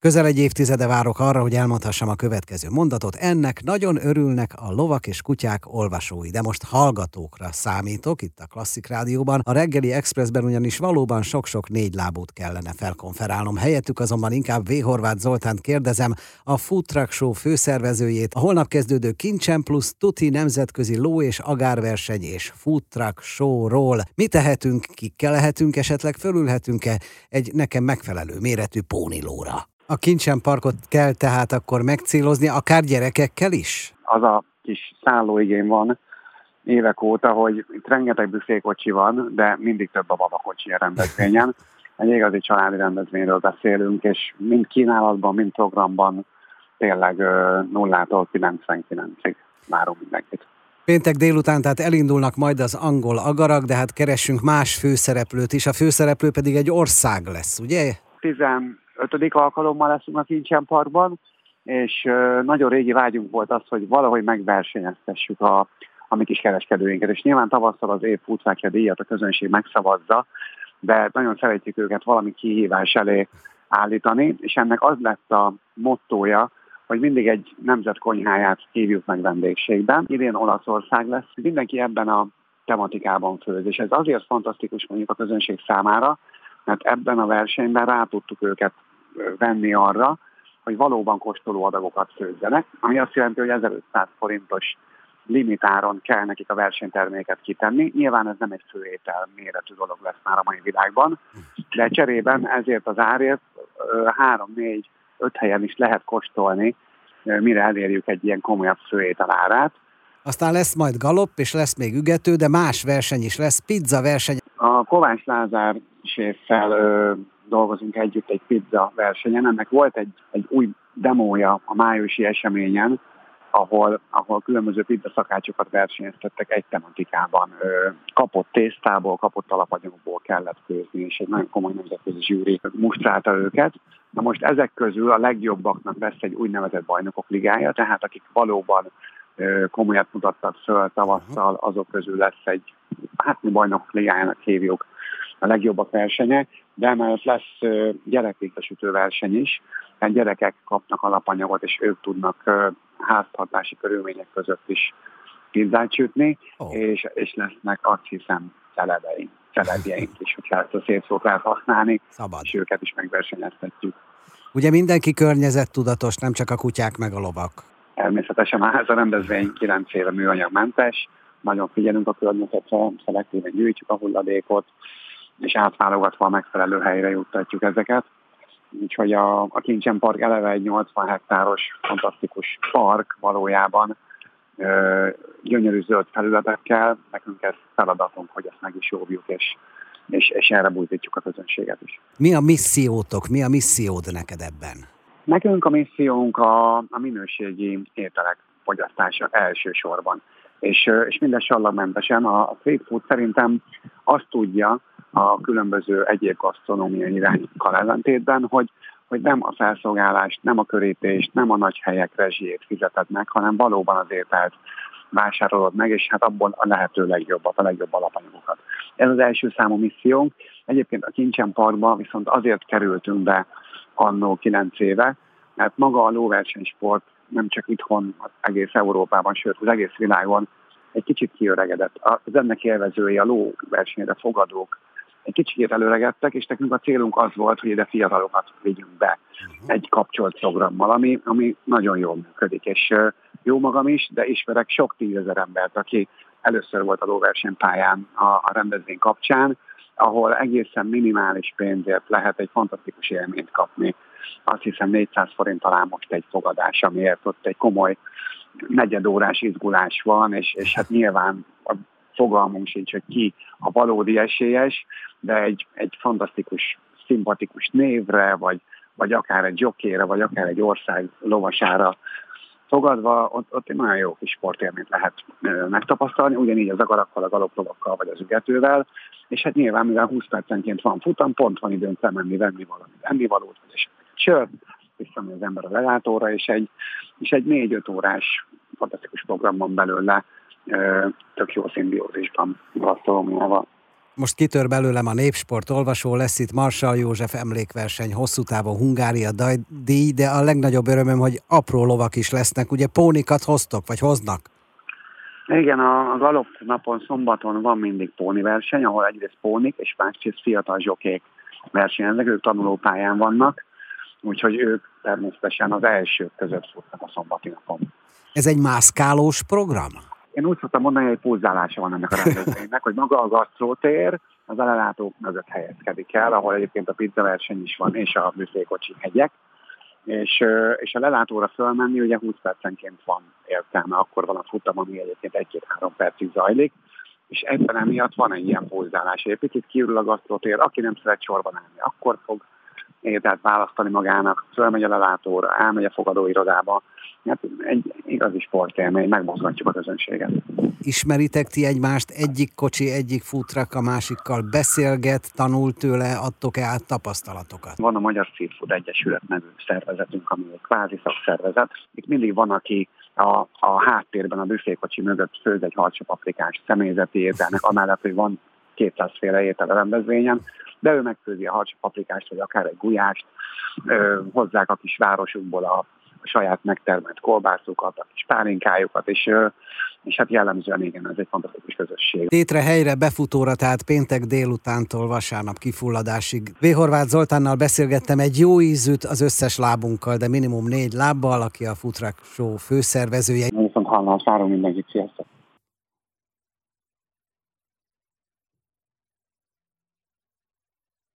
Közel egy évtizede várok arra, hogy elmondhassam a következő mondatot. Ennek nagyon örülnek a lovak és kutyák olvasói, de most hallgatókra számítok itt a Klasszik Rádióban. A reggeli Expressben ugyanis valóban sok-sok négylábút kellene felkonferálnom. Helyettük azonban inkább V. Horváth Zoltánt kérdezem, a Food Truck Show főszervezőjét, a holnap kezdődő Kincsen Plus tuti nemzetközi ló- és agárverseny és Food Truck Show-ról. Mi tehetünk, kikkel lehetünk, esetleg fölülhetünk-e egy nekem megfelelő méretű pónilóra? A Kincsen Parkot kell tehát akkor megcélozni, akár gyerekekkel is? Az a kis szállóigény van évek óta, hogy itt rengeteg büfékocsi van, de mindig több a babakocsi a rendezvényen. Egy igazi családi rendezvényről beszélünk, és mind kínálatban, mind programban tényleg 0-tól 99-ig várunk mindenkit. Péntek délután tehát elindulnak majd az angol agarak, de hát keressünk más főszereplőt is. A főszereplő pedig egy ország lesz, ugye? 15. alkalommal leszünk a Kincsen Parkban, és nagyon régi vágyunk volt az, hogy valahogy megversenyeztessük a mi kis kereskedőinket. És nyilván tavasszal az év Food Truckja díjat a közönség megszavazza, de nagyon szeretjük őket valami kihívás elé állítani, és ennek az lett a mottója, hogy mindig egy nemzetkonyháját hívjuk meg vendégségben. Idén Olaszország lesz, mindenki ebben a tematikában főz, és ez azért fantasztikus mondjuk a közönség számára, mert ebben a versenyben rá tudtuk őket venni arra, hogy valóban kóstoló adagokat főzzenek, ami azt jelenti, hogy 1500 forintos limitáron kell nekik a versenyterméket kitenni. Nyilván ez nem egy főétel méretű dolog lesz már a mai világban, de cserében ezért az árért 3-4-5 helyen is lehet kóstolni, mire elérjük egy ilyen komolyabb főétel árát. Aztán lesz majd galopp, és lesz még ügető, de más verseny is lesz, pizza verseny. A Kovács Lázár séffel dolgozunk együtt egy pizza versenyen. Ennek volt egy új demója a májusi eseményen, ahol különböző pizza szakácsokat versenyeztettek egy tematikában. Kapott tésztából, kapott alapanyagból kellett főzni, és egy nagyon komoly nemzetközi zsűri mustrálta őket. Na most ezek közül a legjobbaknak lesz egy úgynevezett bajnokok ligája, tehát akik valóban komolyat mutattak föl tavasszal, azok közül lesz egy, mi bajnokok ligájának hívjuk, a legjobbak versenye, de emellett lesz gyerekpizza verseny is, mert gyerekek kapnak alapanyagot, és ők tudnak háztartási körülmények között is pizzát sütni, és lesznek, azt hiszem, celebjeink is, hogyha ezt a szép szót lehet használni, szabad. És őket is megversenyeztetjük. Ugye mindenki környezettudatos, nem csak a kutyák meg a lovak. Természetesen ez a rendezvény 9 éve műanyagmentes, nagyon figyelünk a környezetre, szelektíven gyűjtjük a hulladékot, és átválogatva a megfelelő helyre juttatjuk ezeket. Úgyhogy a Kincsen Park eleve egy 80 hektáros fantasztikus park valójában, gyönyörű zöld felületekkel. Nekünk ez feladatunk, hogy ezt meg is óvjuk, és erre bújtítjuk a közönséget is. Mi a missziótok? Mi a missziód neked ebben? Nekünk a missziónk a minőségi ételek fogyasztása elsősorban. És minden sallagmentesen a street food szerintem azt tudja a különböző egyéb gasztronómiai irányokkal ellentétben, hogy nem a felszolgálást, nem a körítést, nem a nagy helyek rezsijét fizeted meg, hanem valóban az ételt vásárolod meg, és hát abból a lehető legjobbat, a legjobb alapanyagokat. Ez az első számú missziónk. Egyébként a Kincsen Parkba viszont azért kerültünk be annó 9 éve, mert maga a lóversenysport nem csak itthon, az egész Európában, sőt az egész világon egy kicsit kiöregedett. Az ennek élvezői, a lóversenyre fogadók egy kicsit előregettek, és nekünk a célunk az volt, hogy ide fiatalokat vigyünk be egy kapcsolt programmal, ami nagyon jól működik, és jó magam is, de ismerek sok 10 000 embert, aki először volt a lóversenypályán a rendezvény kapcsán, ahol egészen minimális pénzért lehet egy fantasztikus élményt kapni. Azt hiszem 400 forint talán most egy fogadás, amiért ott egy komoly negyedórás izgulás van, és hát nyilván a fogalmunk sincs, hogy ki a valódi esélyes, de egy fantasztikus, szimpatikus névre, vagy akár egy jokére, vagy akár egy ország lovasára fogadva, ott egy nagyon jó kis sportélményt lehet megtapasztalni, ugyanígy az agarakkal, a galoplovakkal, vagy az ügetővel, és hát nyilván, mivel 20 percenként van futam, pont van időnk lemenni, venni valamit, ennivalót, vagy esetleg egy sört, visszamegy az ember a lelátóra, és egy 4-5 órás fantasztikus programban belőle tök jó szimbiózisban gasztronómiával. Most kitör belőlem a Népsport olvasó, lesz itt Marsally József emlékverseny, hosszú távon Hungária díj, de a legnagyobb örömöm, hogy apró lovak is lesznek. Ugye pónikat hoztok, vagy hoznak? Igen, a galop napon, szombaton van mindig póniverseny, ahol egyrészt pónik és másrészt fiatal zsokék versenyeznek, ők tanulópályán vannak, úgyhogy ők természetesen az elsők között futnak a szombati napon. Ez egy mászkálós program? Én úgy szoktam mondani, hogy pulzálása van ennek a rendezvénynek, hogy maga a gasztrótér az elelátók mögött helyezkedik el, ahol egyébként a pizzaverseny is van, és a büfékocsi hegyek. És a lelátóra fölmenni ugye 20 percenként van értelme, akkor van a futam, ami egyébként 1-2-3 percig zajlik, és ebben emiatt van egy ilyen pulzálás. Egy picit kiürül a gasztrótér, aki nem szeret sorban állni, akkor fog tehát választani magának, fölmegy a lelátóra, elmegy a fogadóirodába. Hát egy igazi sportélmény, megmozgatjuk a közönséget. Ismeritek ti egymást, egyik kocsi, egyik futrak a másikkal beszélget, tanul tőle, adtok-e át tapasztalatokat? Van a Magyar Street Food Egyesület nevű szervezetünk, ami egy kvázi szakszervezet. Itt mindig van, aki a háttérben a büfékocsi mögött főz egy harcsapaprikás személyzeti ételnek, amellett, hogy van 200 féle étel a rendezvényen, de ő megfőzi a harcsapaprikást, vagy akár egy gulyást, hozzák a kis városukból a saját megtermelt kolbászukat, a kis pálinkájukat, és hát jellemzően igen, ez egy fantasztikus közösség. Tétre helyre befutóra, tehát péntek délutántól vasárnap kifulladásig. V. Horváth Zoltánnal beszélgettem, egy jó ízűt az összes lábunkkal, de minimum 4 lábbal, aki a Futrak Show főszervezője. Viszont hallás, várom mindenkit, sziasztok!